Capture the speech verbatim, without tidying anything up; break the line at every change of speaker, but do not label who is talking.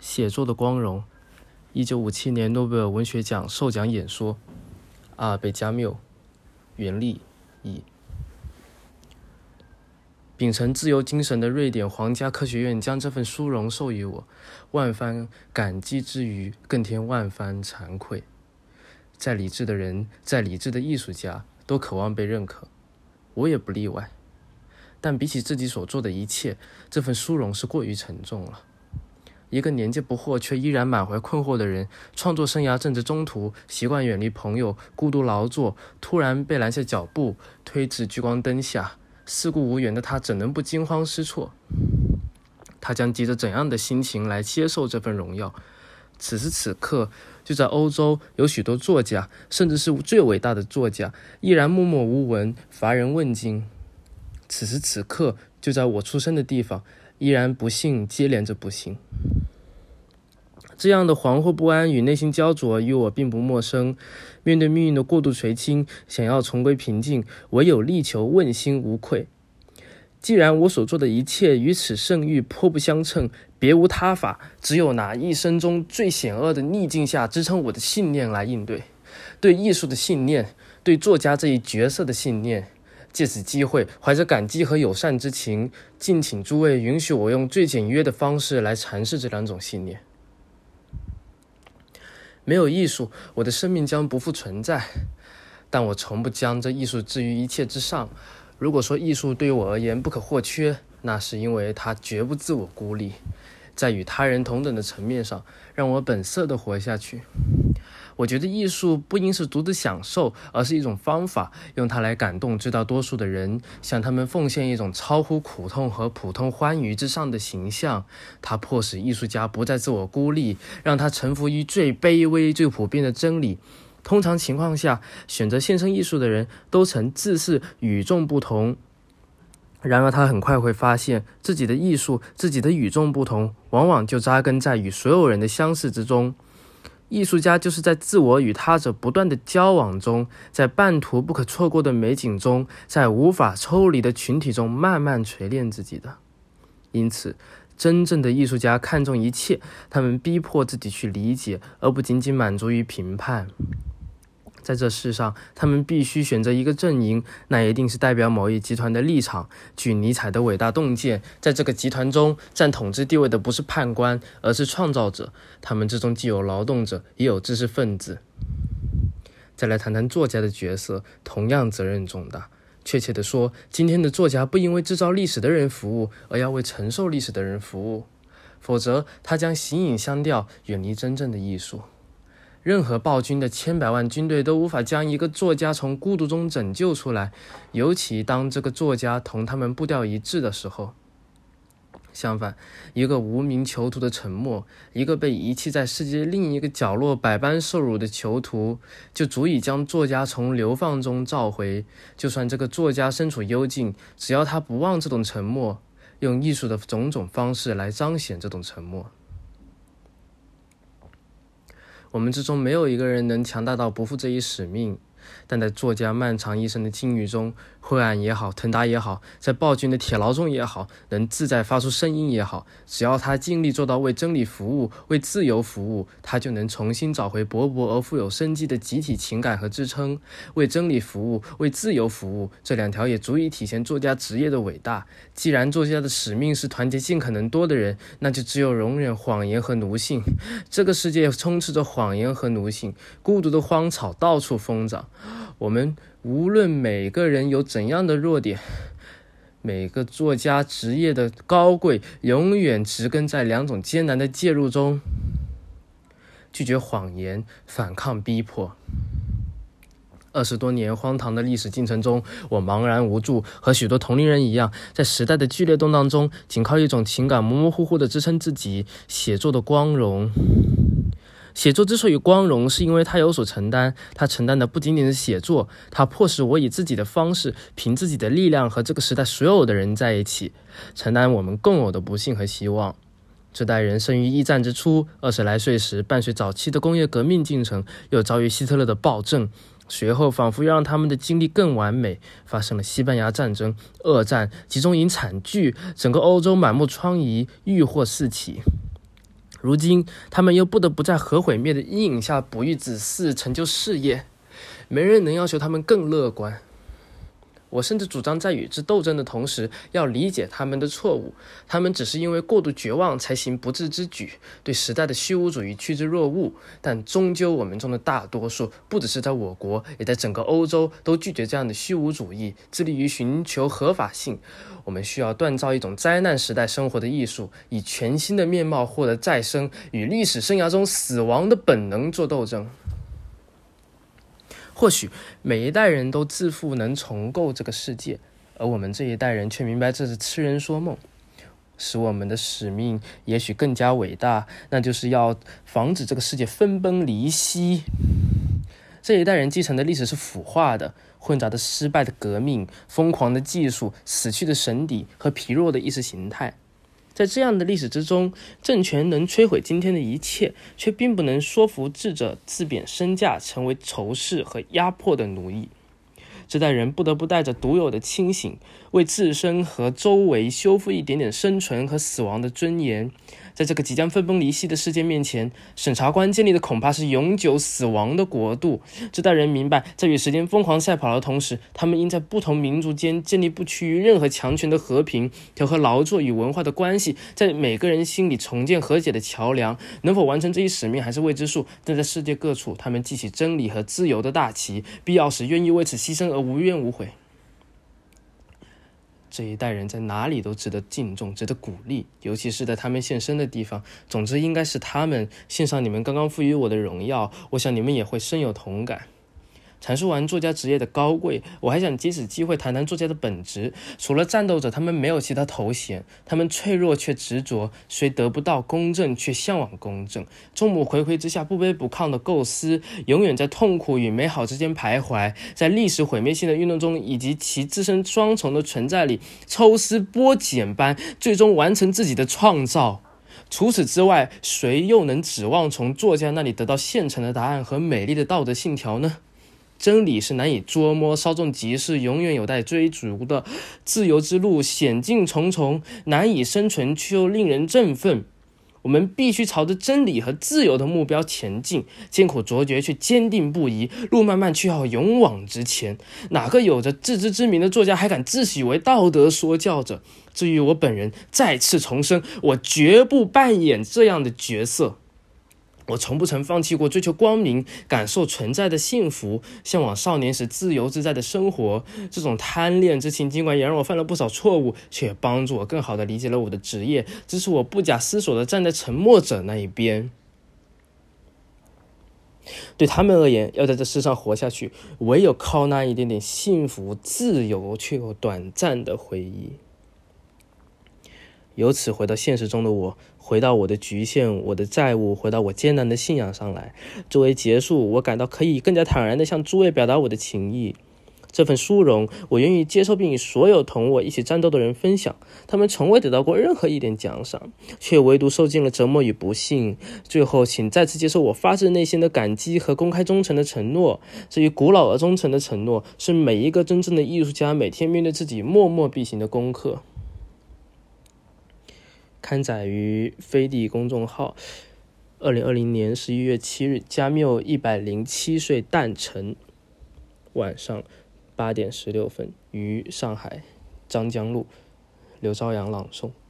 写作的光荣。一九五七年诺贝尔文学奖授奖演说，阿尔贝加缪，原立译。秉承自由精神的瑞典皇家科学院将这份殊荣授予我，万番感激之余，更添万番惭愧。再理智的人，再理智的艺术家，都渴望被认可，我也不例外。但比起自己所做的一切，这份殊荣是过于沉重了。一个年纪不惑却依然满怀困惑的人，创作生涯正值中途，习惯远离朋友，孤独劳作，突然被拦下脚步，推至聚光灯下，四顾无援的他怎能不惊慌失措？他将急着怎样的心情来接受这份荣耀？此时此刻，就在欧洲，有许多作家，甚至是最伟大的作家，依然默默无闻，乏人问津。此时此刻，就在我出生的地方，依然不幸接连着不幸。这样的惶惑不安与内心焦灼与我并不陌生。面对命运的过度垂青，想要重归平静，唯有力求问心无愧。既然我所做的一切与此圣域颇不相称，别无他法，只有拿一生中最险恶的逆境下支撑我的信念来应对。对艺术的信念，对作家这一角色的信念。借此机会，怀着感激和友善之情，敬请诸位允许我用最简约的方式来阐释这两种信念。没有艺术，我的生命将不复存在，但我从不将这艺术置于一切之上。如果说艺术对于我而言不可或缺，那是因为它绝不自我孤立，在与他人同等的层面上，让我本色地活下去。我觉得艺术不应是独自享受，而是一种方法，用它来感动绝大多数的人，向他们奉献一种超乎苦痛和普通欢愉之上的形象。它迫使艺术家不再自我孤立，让他臣服于最卑微、最普遍的真理。通常情况下，选择献身艺术的人都曾自视与众不同。然而他很快会发现，自己的艺术、自己的与众不同，往往就扎根在与所有人的相似之中。艺术家就是在自我与他者不断的交往中，在半途不可错过的美景中，在无法抽离的群体中慢慢锤炼自己的。因此，真正的艺术家看重一切，他们逼迫自己去理解，而不仅仅满足于评判。在这世上，他们必须选择一个阵营，那一定是代表某一集团的立场。据尼采的伟大洞见，在这个集团中，占统治地位的不是判官，而是创造者。他们之中既有劳动者，也有知识分子。再来谈谈作家的角色，同样责任重大。确切地说，今天的作家不应为制造历史的人服务，而要为承受历史的人服务，否则他将形影相吊，远离真正的艺术。任何暴君的千百万军队都无法将一个作家从孤独中拯救出来，尤其当这个作家同他们步调一致的时候。相反，一个无名囚徒的沉默，一个被遗弃在世界另一个角落百般受辱的囚徒，就足以将作家从流放中召回。就算这个作家身处幽静，只要他不忘这种沉默，用艺术的种种方式来彰显这种沉默。我们之中没有一个人能强大到不负这一使命，但在作家漫长一生的境遇中，灰暗也好，腾达也好，在暴君的铁牢中也好，能自在发出声音也好，只要他尽力做到为真理服务，为自由服务，他就能重新找回勃勃而富有生机的集体情感和支撑。为真理服务，为自由服务，这两条也足以体现作家职业的伟大。既然作家的使命是团结尽可能多的人，那就只有容忍谎言和奴性。这个世界充斥着谎言和奴性，孤独的荒草到处疯长。我们无论每个人有怎样的弱点，每个作家职业的高贵永远植根在两种艰难的介入中：拒绝谎言，反抗逼迫。二十多年荒唐的历史进程中，我茫然无助，和许多同龄人一样，在时代的剧烈动荡中，仅靠一种情感模模糊糊的支撑自己。写作的光荣。写作之所以光荣，是因为它有所承担。它承担的不仅仅是写作，它迫使我以自己的方式，凭自己的力量和这个时代所有的人在一起，承担我们共有的不幸和希望。这代人生于一战之初，二十来岁时，伴随早期的工业革命进程，又遭遇希特勒的暴政。随后仿佛要让他们的经历更完美，发生了西班牙战争、二战、集中营惨剧，整个欧洲满目疮痍，欲祸四起。 如今他们又不得不在核毁灭的阴影下哺育子嗣，成就事业，没人能要求他们更乐观。我甚至主张在与之斗争的同时，要理解他们的错误，他们只是因为过度绝望才行不智之举，对时代的虚无主义趋之若鹜。但终究我们中的大多数，不只是在我国，也在整个欧洲，都拒绝这样的虚无主义，致力于寻求合法性。我们需要锻造一种灾难时代生活的艺术，以全新的面貌获得再生，与历史生涯中死亡的本能做斗争。或许每一代人都自负能重构这个世界，而我们这一代人却明白这是痴人说梦。使我们的使命也许更加伟大，那就是要防止这个世界分崩离析。这一代人继承的历史是腐化的，混杂的失败的革命、疯狂的技术、死去的神邸和疲弱的意识形态。在这样的历史之中，政权能摧毁今天的一切，却并不能说服智者自贬身价，成为仇视和压迫的奴役。这代人不得不带着独有的清醒，为自身和周围修复一点点生存和死亡的尊严。在这个即将分崩离析的世界面前，审查官建立的恐怕是永久死亡的国度。这代人明白，在与时间疯狂赛跑的同时，他们应在不同民族间建立不屈于任何强权的和平，调和劳作与文化的关系，在每个人心里重建和解的桥梁。能否完成这一使命还是未知数，但在世界各处，他们记起真理和自由的大旗，必要时愿意为此牺牲而无怨无悔。这一代人在哪里都值得敬重，值得鼓励，尤其是在他们现身的地方。总之应该是他们。献上你们刚刚赋予我的荣耀，我想你们也会深有同感。阐述完作家职业的高贵，我还想借此机会谈谈作家的本质。除了战斗者，他们没有其他头衔，他们脆弱却执着，虽得不到公正却向往公正。众目睽睽之下不卑不亢的构思，永远在痛苦与美好之间徘徊，在历史毁灭性的运动中以及其自身双重的存在里抽丝剥茧般最终完成自己的创造。除此之外，谁又能指望从作家那里得到现成的答案和美丽的道德信条呢？真理是难以捉摸，稍纵即逝，永远有待追逐的。自由之路险境重重，难以生存，却又令人振奋。我们必须朝着真理和自由的目标前进，艰苦卓绝却坚定不移，路漫漫却要勇往直前。哪个有着自知之明的作家还敢自诩为道德说教者？至于我本人，再次重申，我绝不扮演这样的角色。我从不曾放弃过追求光明，感受存在的幸福，向往少年时自由自在的生活。这种贪恋之情尽管也让我犯了不少错误，却也帮助我更好地理解了我的职业，支持我不假思索地站在沉默者那一边。对他们而言，要在这世上活下去，唯有靠那一点点幸福、自由却又短暂的回忆。由此回到现实中的我，回到我的局限，我的债务，回到我艰难的信仰上来。作为结束，我感到可以更加坦然地向诸位表达我的情谊。这份殊荣，我愿意接受并与所有同我一起战斗的人分享。他们从未得到过任何一点奖赏，却唯独受尽了折磨与不幸。最后，请再次接受我发自内心的感激和公开忠诚的承诺。至于古老而忠诚的承诺，是每一个真正的艺术家每天面对自己默默必行的功课。刊载于飞地公众号，二零二零年十一月七日，加缪一百零七岁诞辰，晚上八点十六分，于上海张江路，刘朝阳朗诵。